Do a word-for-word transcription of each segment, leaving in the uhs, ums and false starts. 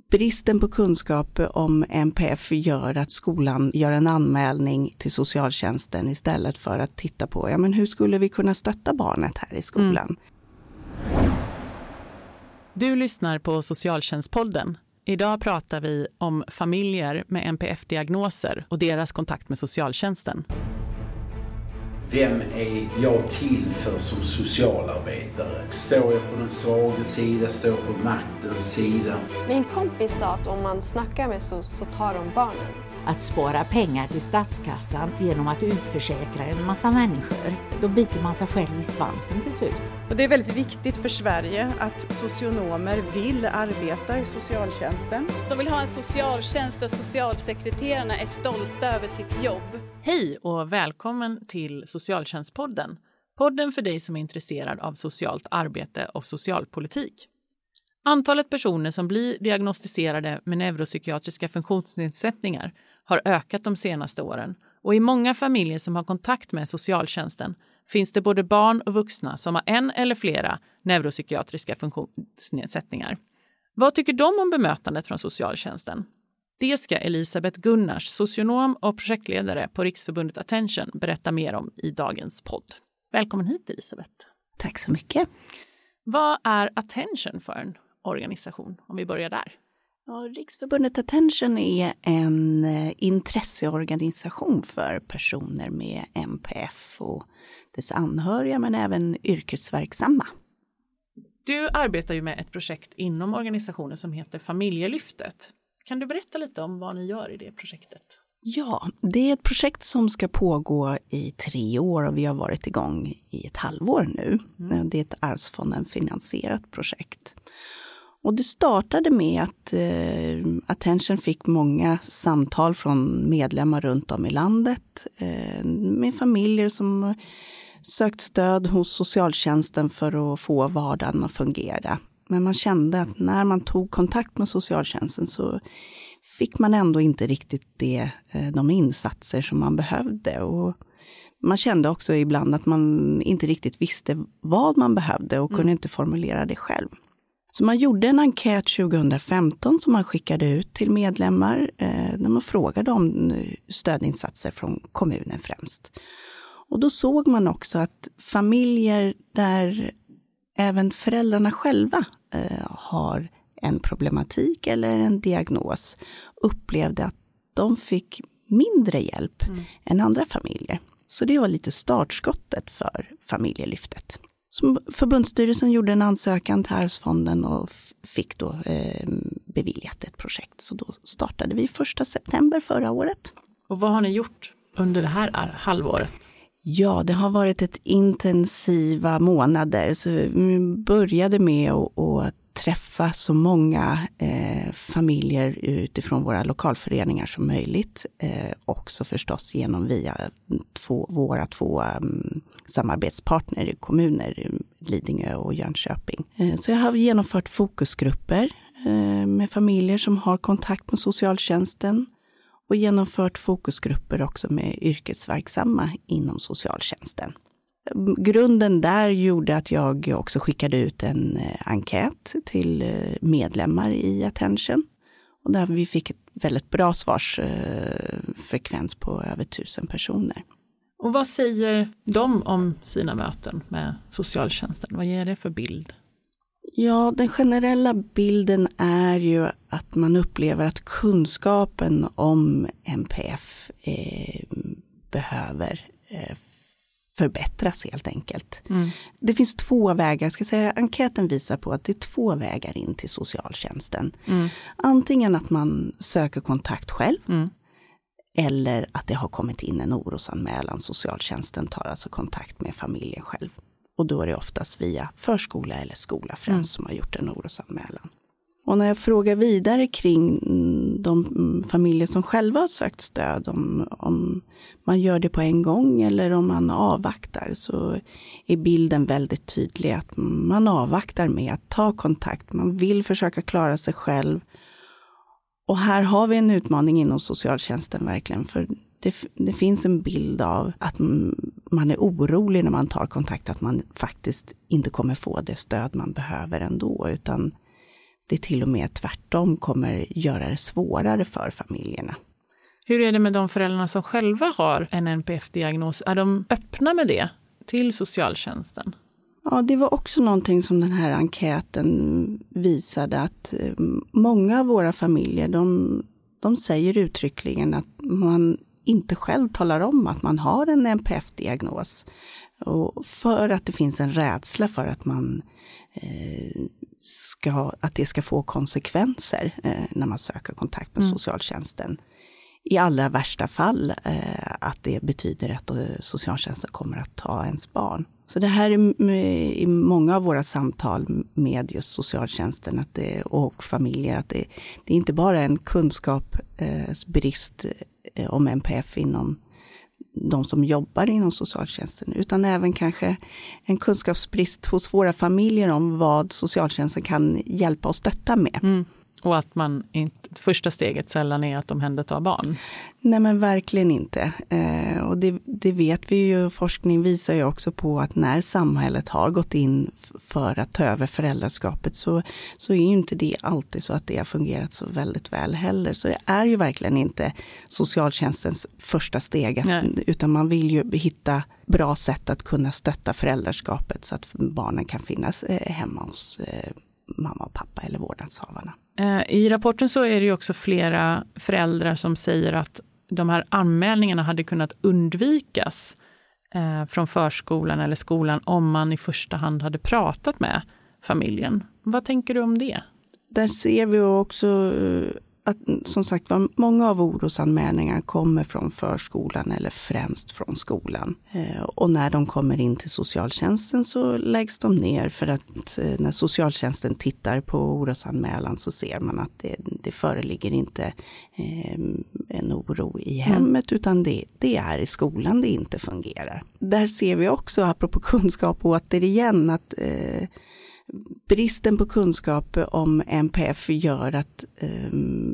Bristen på kunskap om N P F gör att skolan gör en anmälning till socialtjänsten istället för att titta på ja, men hur skulle vi kunna stötta barnet här i skolan. Mm. Du lyssnar på Socialtjänstpodden. Idag pratar vi om familjer med N P F-diagnoser och deras kontakt med socialtjänsten. Vem är jag till för som socialarbetare? Står jag på den svaga sida, står jag på maktens sida? Min kompis sa att om man snackar med så, så tar de barnen. Att spara pengar till statskassan genom att utförsäkra en massa människor, då biter man sig själv i svansen till slut. Och det är väldigt viktigt för Sverige att socionomer vill arbeta i socialtjänsten. De vill ha en socialtjänst där socialsekreterarna är stolta över sitt jobb. Hej och välkommen till Socialtjänstpodden. Podden för dig som är intresserad av socialt arbete och socialpolitik. Antalet personer som blir diagnostiserade med neuropsykiatriska funktionsnedsättningar har ökat de senaste åren, och i många familjer som har kontakt med socialtjänsten finns det både barn och vuxna som har en eller flera neuropsykiatriska funktionsnedsättningar. Vad tycker de om bemötandet från socialtjänsten? Det ska Elisabeth Gunnars, socionom och projektledare på Riksförbundet Attention, berätta mer om i dagens podd. Välkommen hit, Elisabeth. Tack så mycket. Vad är Attention för en organisation, om vi börjar där? Ja, Riksförbundet Attention är en intresseorganisation för personer med N P F och dess anhöriga, men även yrkesverksamma. Du arbetar ju med ett projekt inom organisationen som heter Familjelyftet. Kan du berätta lite om vad ni gör i det projektet? Ja, det är ett projekt som ska pågå i tre år och vi har varit igång i ett halvår nu. Mm. Det är ett Arvsfonden finansierat projekt. Och det startade med att eh, Attention fick många samtal från medlemmar runt om i landet eh, med familjer som sökt stöd hos socialtjänsten för att få vardagen att fungera. Men man kände att när man tog kontakt med socialtjänsten så fick man ändå inte riktigt det, de insatser som man behövde. Och man kände också ibland att man inte riktigt visste vad man behövde och kunde mm. inte formulera det själv. Så man gjorde en enkät tjugohundrafemton som man skickade ut till medlemmar eh, där man frågade om stödinsatser från kommunen främst. Och då såg man också att familjer där även föräldrarna själva eh, har en problematik eller en diagnos upplevde att de fick mindre hjälp mm. än andra familjer. Så det var lite startskottet för Familjelyftet. Så förbundsstyrelsen gjorde en ansökan till Arvsfonden och fick då eh, beviljat ett projekt. Så då startade vi första september förra året. Och vad har ni gjort under det här halvåret? Ja, det har varit ett intensiva månader. Så vi började med att, att träffa så många eh, familjer utifrån våra lokalföreningar som möjligt. Eh, också förstås genom via två, våra två um, samarbetspartner i kommuner, Lidingö och Jönköping. Eh, så jag har genomfört fokusgrupper eh, med familjer som har kontakt med socialtjänsten. Och genomfört fokusgrupper också med yrkesverksamma inom socialtjänsten. Grunden där gjorde att jag också skickade ut en enkät till medlemmar i Attention. Och där vi fick ett väldigt bra svarsfrekvens på över tusen personer. Och vad säger de om sina möten med socialtjänsten? Vad ger det för bild? Ja, den generella bilden är ju att man upplever att kunskapen om N P F eh, behöver eh, förbättras helt enkelt. Mm. Det finns två vägar, ska jag säga, enkäten visar på att det är två vägar in till socialtjänsten. Mm. Antingen att man söker kontakt själv mm. eller att det har kommit in en orosanmälan. Socialtjänsten tar alltså kontakt med familjen själv. Och då är det oftast via förskola eller skola främst mm. som har gjort en orosanmälan. Och när jag frågar vidare kring de familjer som själva har sökt stöd, om, om man gör det på en gång eller om man avvaktar, så är bilden väldigt tydlig att man avvaktar med att ta kontakt. Man vill försöka klara sig själv. Och här har vi en utmaning inom socialtjänsten verkligen, för det, det finns en bild av att man är orolig när man tar kontakt, att man faktiskt inte kommer få det stöd man behöver ändå, utan det till och med tvärtom kommer göra det svårare för familjerna. Hur är det med de föräldrarna som själva har en N P F-diagnos? Är de öppna med det till socialtjänsten? Ja, det var också någonting som den här enkäten visade, att många av våra familjer, de, de säger uttryckligen att man inte själv talar om att man har en N P F-diagnos. Och för att det finns en rädsla för att man eh, ska, att det ska få konsekvenser eh, när man söker kontakt med mm. socialtjänsten. I allra värsta fall eh, att det betyder att eh, socialtjänsten kommer att ta ens barn. Så det här är med, i många av våra samtal med just socialtjänsten att det, och familjer, att det, det är inte bara en kunskapsbrist eh, om N P F inom de som jobbar inom socialtjänsten, utan även kanske en kunskapsbrist hos våra familjer om vad socialtjänsten kan hjälpa och stötta med. Mm. Och att man inte, första steget sällan är att omhänderta barn. Nej, men verkligen inte. Eh, och det, det vet vi ju, forskning visar ju också på att när samhället har gått in f- för att ta över föräldraskapet så, så är ju inte det alltid så att det har fungerat så väldigt väl heller. Så det är ju verkligen inte socialtjänstens första steg, att, utan man vill ju hitta bra sätt att kunna stötta föräldraskapet så att barnen kan finnas eh, hemma hos eh, mamma och pappa eller vårdnadshavarna. I rapporten så är det ju också flera föräldrar som säger att de här anmälningarna hade kunnat undvikas eh, från förskolan eller skolan om man i första hand hade pratat med familjen. Vad tänker du om det? Där ser vi också att, som sagt var, många av orosanmälningar kommer från förskolan eller främst från skolan. Eh, och när de kommer in till socialtjänsten så läggs de ner, för att eh, när socialtjänsten tittar på orosanmälan så ser man att det, det föreligger inte eh, en oro i hemmet, mm. utan det, det är i skolan det inte fungerar. Där ser vi också, apropå kunskap återigen, att eh, bristen på kunskap om N P F gör att eh,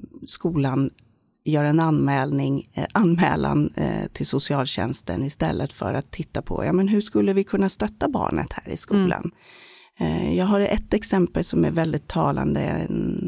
skolan gör en anmälning, eh, anmälan eh, till socialtjänsten istället för att titta på, ja, men hur skulle vi kunna stötta barnet här i skolan. Mm. Eh, jag har ett exempel som är väldigt talande en,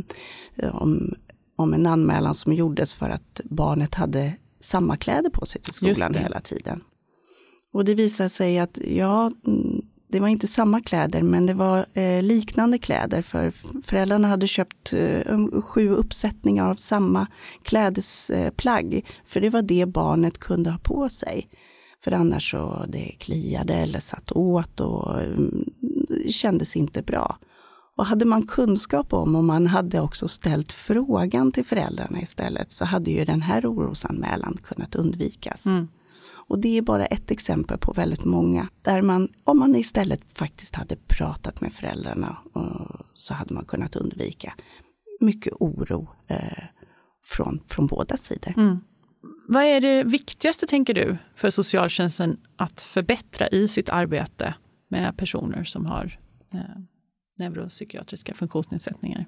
om, om en anmälan som gjordes för att barnet hade samma kläder på sig till skolan hela tiden. Och det visar sig att ja, det var inte samma kläder, men det var eh, liknande kläder, för föräldrarna hade köpt eh, sju uppsättningar av samma klädesplagg, eh, för det var det barnet kunde ha på sig. För annars så det kliade eller satt åt och mm, kändes inte bra. Och hade man kunskap om, och man hade också ställt frågan till föräldrarna istället, så hade ju den här orosanmälan kunnat undvikas. Mm. Och det är bara ett exempel på väldigt många. Där man, om man istället faktiskt hade pratat med föräldrarna, så hade man kunnat undvika mycket oro eh, från, från båda sidor. Mm. Vad är det viktigaste, tänker du, för socialtjänsten att förbättra i sitt arbete med personer som har eh, neuropsykiatriska funktionsnedsättningar?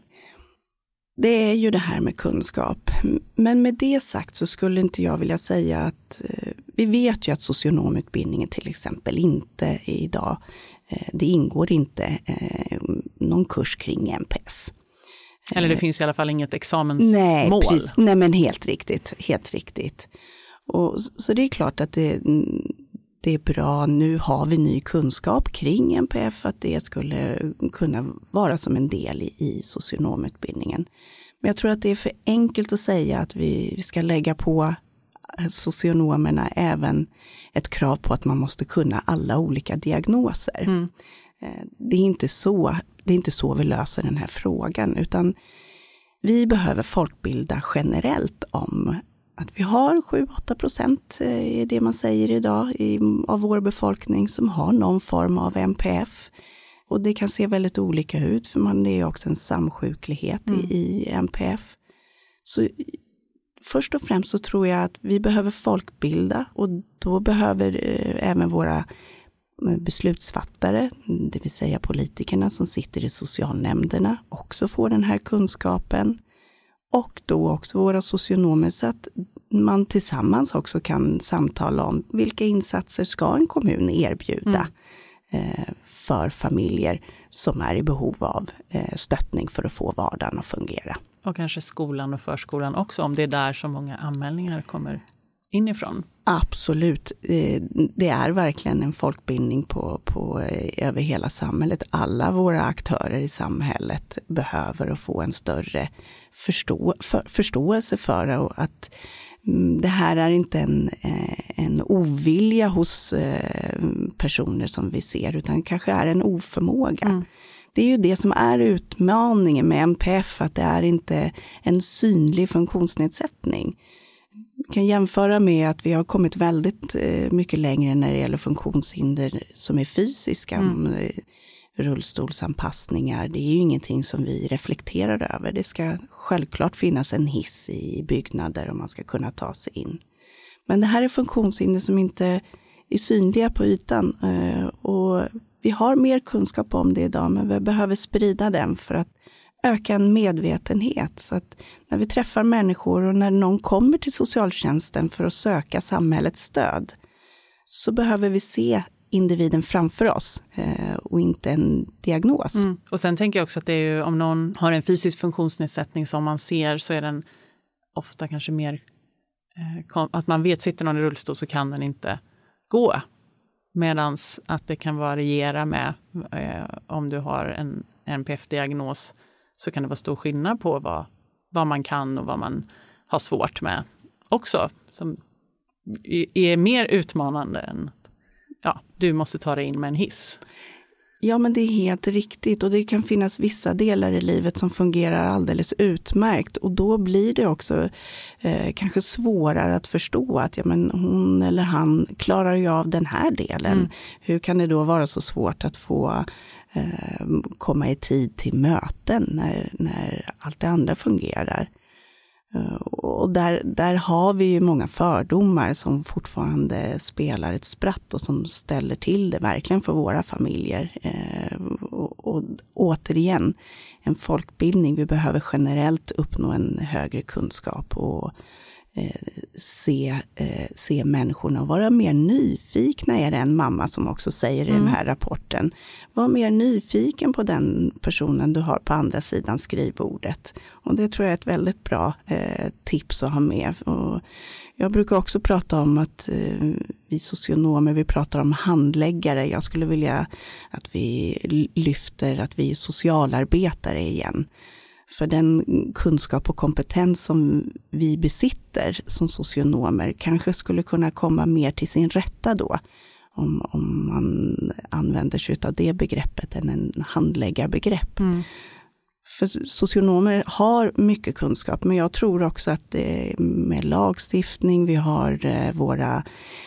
Det är ju det här med kunskap. Men med det sagt så skulle inte jag vilja säga att eh, vi vet ju att socionomutbildningen till exempel inte idag, eh, det ingår inte eh, någon kurs kring N P F. Eller det finns i alla fall inget examensmål. Nej, precis, nej men helt riktigt, helt riktigt. Och, så det är klart att det, det är bra, nu har vi ny kunskap kring N P F, att det skulle kunna vara som en del i, i socionomutbildningen. Men jag tror att det är för enkelt att säga att vi, vi ska lägga på socionomerna även ett krav på att man måste kunna alla olika diagnoser. Mm. Det är inte så, det är inte så vi löser den här frågan, utan vi behöver folkbilda generellt om att vi har sju till åtta procent är det man säger idag i, av vår befolkning som har någon form av N P F. Och det kan se väldigt olika ut, för man är också en samsjuklighet mm. i, i N P F. Så först och främst så tror jag att vi behöver folkbilda, och då behöver eh, även våra beslutsfattare, det vill säga politikerna som sitter i socialnämnderna, också få den här kunskapen. Och då också våra socionomer, så att man tillsammans också kan samtala om vilka insatser ska en kommun erbjuda mm. eh, för familjer som är i behov av eh, stöttning för att få vardagen att fungera. Och kanske skolan och förskolan också, om det är där så många anmälningar kommer inifrån. Absolut. Det är verkligen en folkbildning på, på, över hela samhället. Alla våra aktörer i samhället behöver att få en större förstå, för, förståelse för att det här är inte en, en ovilja hos personer som vi ser, utan kanske är en oförmåga. Mm. Det är ju det som är utmaningen med N P F, att det är inte en synlig funktionsnedsättning. Vi kan jämföra med att vi har kommit väldigt mycket längre när det gäller funktionshinder som är fysiska. Mm. Rullstolsanpassningar, det är ju ingenting som vi reflekterar över. Det ska självklart finnas en hiss i byggnader om man ska kunna ta sig in. Men det här är funktionshinder som inte är synliga på ytan. Och vi har mer kunskap om det idag, men vi behöver sprida den för att öka en medvetenhet. Så att när vi träffar människor och när någon kommer till socialtjänsten för att söka samhällets stöd, så behöver vi se individen framför oss eh, och inte en diagnos. Mm. Och sen tänker jag också att det är ju, om någon har en fysisk funktionsnedsättning som man ser, så är den ofta kanske mer eh, att man vet, sitter någon i rullstol så kan den inte gå. Medans att det kan variera med eh, om du har en N P F-diagnos, så kan det vara stor skillnad på vad, vad man kan och vad man har svårt med också. Som är mer utmanande än ja, du måste ta dig in med en hiss. Ja, men det är helt riktigt, och det kan finnas vissa delar i livet som fungerar alldeles utmärkt, och då blir det också eh, kanske svårare att förstå att ja, men hon eller han klarar ju av den här delen. Mm. Hur kan det då vara så svårt att få eh, komma i tid till möten när, när allt det andra fungerar? Och där, där har vi ju många fördomar som fortfarande spelar ett spratt och som ställer till det verkligen för våra familjer. Eh, och, och återigen, en folkbildning. Vi behöver generellt uppnå en högre kunskap och eh, se, eh, se människorna och vara mer nyfikna, är det en mamma som också säger i mm. den här rapporten. Var mer nyfiken på den personen du har på andra sidan skrivbordet. Och det tror jag är ett väldigt bra eh, tips att ha med. Och jag brukar också prata om att eh, vi socionomer, vi pratar om handläggare. Jag skulle vilja att vi lyfter att vi är socialarbetare igen. För den kunskap och kompetens som vi besitter som socionomer kanske skulle kunna komma mer till sin rätta då. Om, om man använder sig av det begreppet än en handläggarbegrepp. Mm. För socionomer har mycket kunskap, men jag tror också att det med lagstiftning, vi har eh, våra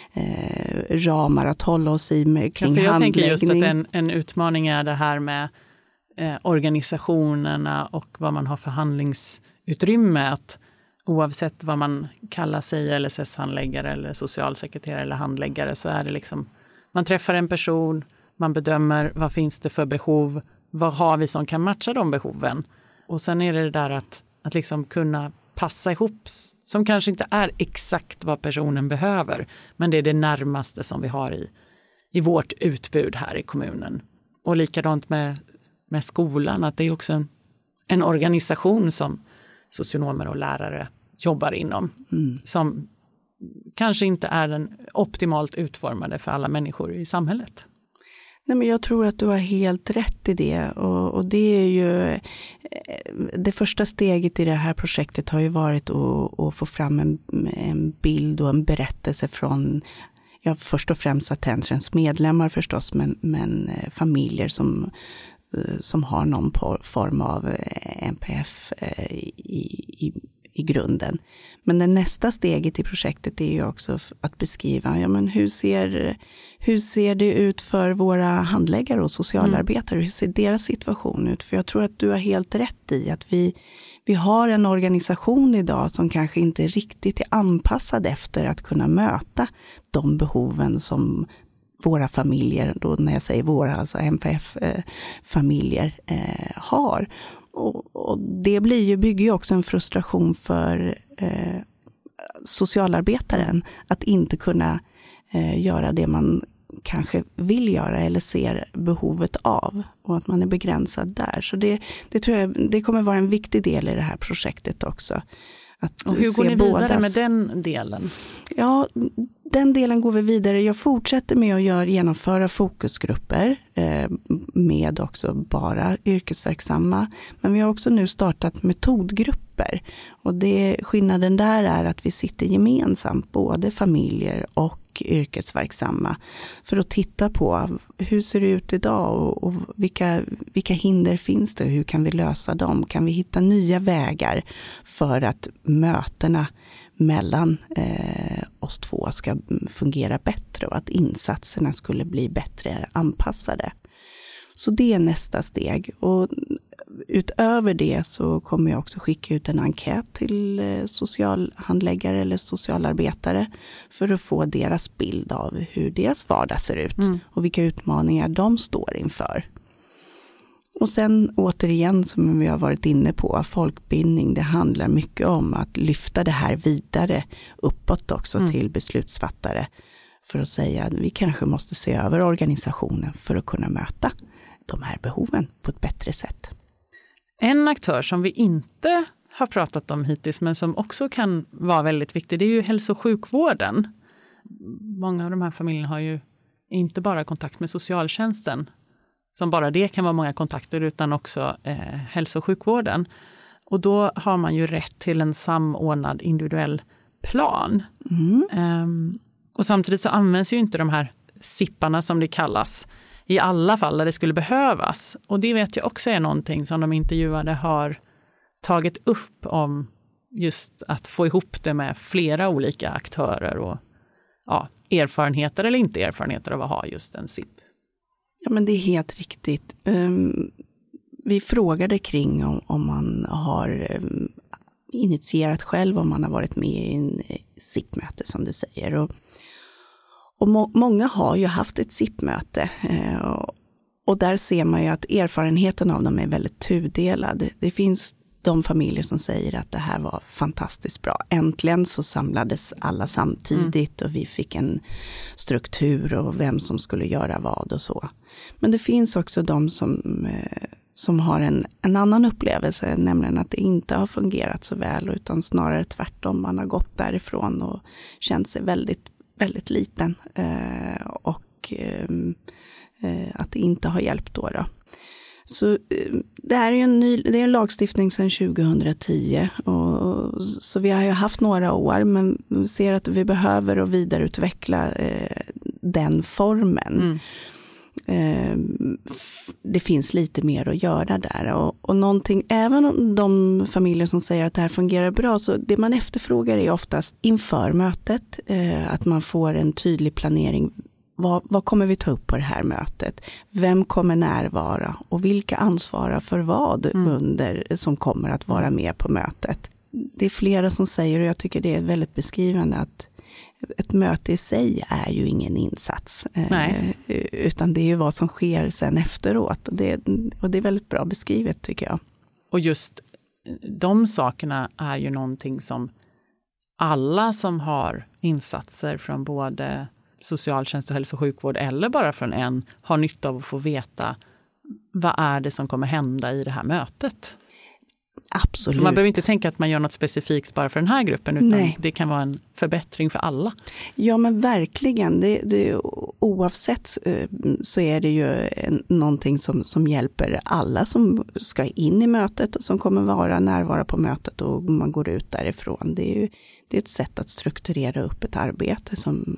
eh, ramar att hålla oss i med, kring ja, för jag handläggning. Jag tänker just att en, en utmaning är det här med eh, organisationerna och vad man har för handlingsutrymme, att oavsett vad man kallar sig, L S S-handläggare eller socialsekreterare eller handläggare, så är det liksom, man träffar en person, man bedömer vad finns det för behov, vad har vi som kan matcha de behoven. Och sen är det det där att, att liksom kunna passa ihop, som kanske inte är exakt vad personen behöver, men det är det närmaste som vi har i, i vårt utbud här i kommunen. Och likadant med, med skolan, att det är också en, en organisation som socionomer och lärare jobbar inom, mm. som kanske inte är den optimalt utformade för alla människor i samhället. Nej, men jag tror att du har helt rätt i det, och, och det är ju det första steget i det här projektet har ju varit att, att få fram en, en bild och en berättelse från, ja, först och främst Attentions medlemmar förstås, men, men familjer som som har någon form av N P F i, i, i grunden. Men det nästa steget i projektet är ju också att beskriva, ja, men hur ser, hur ser det ut för våra handläggare och socialarbetare? Mm. Hur ser deras situation ut? För jag tror att du har helt rätt i att vi, vi har en organisation idag som kanske inte riktigt är anpassad efter att kunna möta de behoven som våra familjer, då när jag säger våra, alltså N P F-familjer eh, har. Och, och det blir ju, bygger ju också en frustration för eh, socialarbetaren att inte kunna eh, göra det man kanske vill göra eller ser behovet av, och att man är begränsad där. Så det, det tror jag det kommer vara en viktig del i det här projektet också. Att och hur se går ni vidare bådas... med den delen? Ja, den delen går vi vidare. Jag fortsätter med att göra, genomföra fokusgrupper eh, med också bara yrkesverksamma. Men vi har också nu startat metodgrupper. Och det, skillnaden där är att vi sitter gemensamt, både familjer och yrkesverksamma, för att titta på hur ser det ut idag och, och vilka, vilka hinder finns det, hur kan vi lösa dem, kan vi hitta nya vägar för att mötena mellan eh, oss två ska fungera bättre och att insatserna skulle bli bättre anpassade. Så det är nästa steg, och utöver det så kommer jag också skicka ut en enkät till socialhandläggare eller socialarbetare för att få deras bild av hur deras vardag ser ut mm. och vilka utmaningar de står inför. Och sen återigen, som vi har varit inne på, folkbildning, det handlar mycket om att lyfta det här vidare uppåt också mm. till beslutsfattare, för att säga att vi kanske måste se över organisationen för att kunna möta de här behoven på ett bättre sätt. En aktör som vi inte har pratat om hittills, men som också kan vara väldigt viktig, det är ju hälso- och sjukvården. Många av de här familjerna har ju inte bara kontakt med socialtjänsten, som bara det kan vara många kontakter, utan också eh, hälso- och sjukvården. Och då har man ju rätt till en samordnad individuell plan. Mm. Um, och samtidigt så används ju inte de här sipparna, som det kallas, i alla fall där det skulle behövas. Och det vet jag också är någonting som de intervjuade har tagit upp, om just att få ihop det med flera olika aktörer och ja, erfarenheter eller inte erfarenheter av att ha just en S I P. Ja, men det är helt riktigt. Um, vi frågade kring om, om man har um, initierat själv, om man har varit med i en S I P-möte som du säger. Och Och må- många har ju haft ett S I P-möte eh, och, och där ser man ju att erfarenheten av dem är väldigt tudelad. Det finns de familjer som säger att det här var fantastiskt bra. Äntligen så samlades alla samtidigt mm. och vi fick en struktur och vem som skulle göra vad och så. Men det finns också de som, eh, som har en, en annan upplevelse, nämligen att det inte har fungerat så väl, utan snarare tvärtom. Man har gått därifrån och känt sig väldigt väldigt liten eh, och eh, att det inte har hjälpt då. då. Så eh, det här är ju en ny, det är en lagstiftning sedan tjugohundratio, och, så vi har ju haft några år, men vi ser att vi behöver att vidareutveckla eh, den formen. Mm. Eh, det finns lite mer att göra där, och, och någonting, även om de familjer som säger att det här fungerar bra, så det man efterfrågar är oftast inför mötet eh, att man får en tydlig planering. Vad, vad kommer vi ta upp på det här mötet? Vem kommer närvara och vilka ansvarar för vad mm. under som kommer att vara med på mötet? Det är flera som säger, och jag tycker det är väldigt beskrivande, att ett möte i sig är ju ingen insats. Nej. Eh, utan det är ju vad som sker sen efteråt. Och det, och det är väldigt bra beskrivet, tycker jag. Och just de sakerna är ju någonting som alla som har insatser från både socialtjänst och hälso- och sjukvård, eller bara från en, har nytta av att få veta vad är det som kommer hända i det här mötet. Absolut. Så man behöver inte tänka att man gör något specifikt bara för den här gruppen, utan Nej. det kan vara en förbättring för alla. Ja, men verkligen. Det, det, oavsett så är det ju en, någonting som, som hjälper alla som ska in i mötet och som kommer vara närvara på mötet, och man går ut därifrån. Det är ju det är ett sätt att strukturera upp ett arbete som,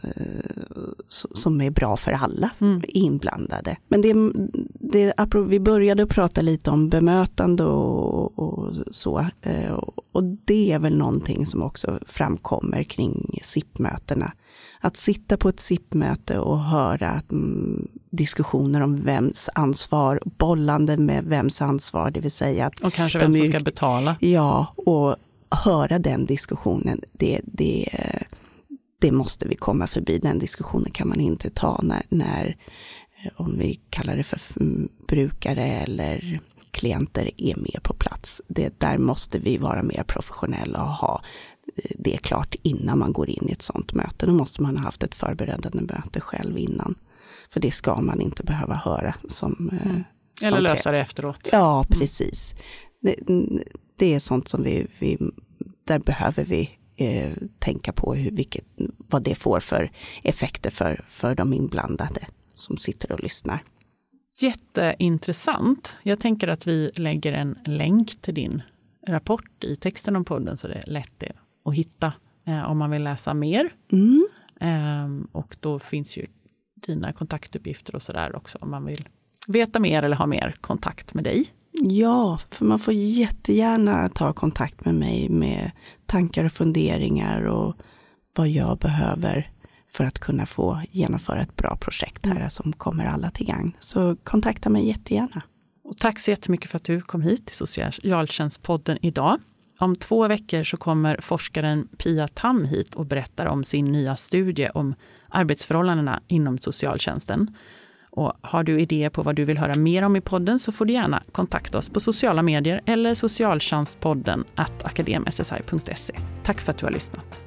som är bra för alla mm. inblandade. Men det, det, vi började prata lite om bemötande och, och så. Och det är väl någonting som också framkommer kring S I P-mötena. Att sitta på ett S I P-möte och höra mm, diskussioner om vems ansvar, bollande med vems ansvar, det vill säga att... Och kanske vem som ska betala. Ja, och höra den diskussionen, det, det, det måste vi komma förbi. Den diskussionen kan man inte ta när, när om vi kallar det för brukare eller klienter är med på plats. Det, där måste vi vara mer professionella och ha det är klart innan man går in i ett sånt möte. Då måste man ha haft ett förberedande möte själv innan. För det ska man inte behöva höra. Som, mm. Eller som lösa det efteråt. Ja, precis. Det, det är sånt som vi, vi där behöver vi eh, tänka på hur, vilket, vad det får för effekter för, för de inblandade som sitter och lyssnar. Jätteintressant. Jag tänker att vi lägger en länk till din rapport i texten om podden så det är lätt det att hitta eh, om man vill läsa mer. Mm. Eh, och då finns ju dina kontaktuppgifter och sådär också om man vill veta mer eller ha mer kontakt med dig. Ja, för man får jättegärna ta kontakt med mig med tankar och funderingar och vad jag behöver för att kunna få genomföra ett bra projekt här mm. som kommer alla till gagn. Så kontakta mig jättegärna. Och tack så jättemycket för att du kom hit till Socialtjänstpodden idag. Om två veckor så kommer forskaren Pia Tam hit och berättar om sin nya studie om arbetsförhållandena inom socialtjänsten. Och har du idéer på vad du vill höra mer om i podden så får du gärna kontakta oss på sociala medier eller socialtjänstpodden at akadem s s i punkt se. Tack för att du har lyssnat.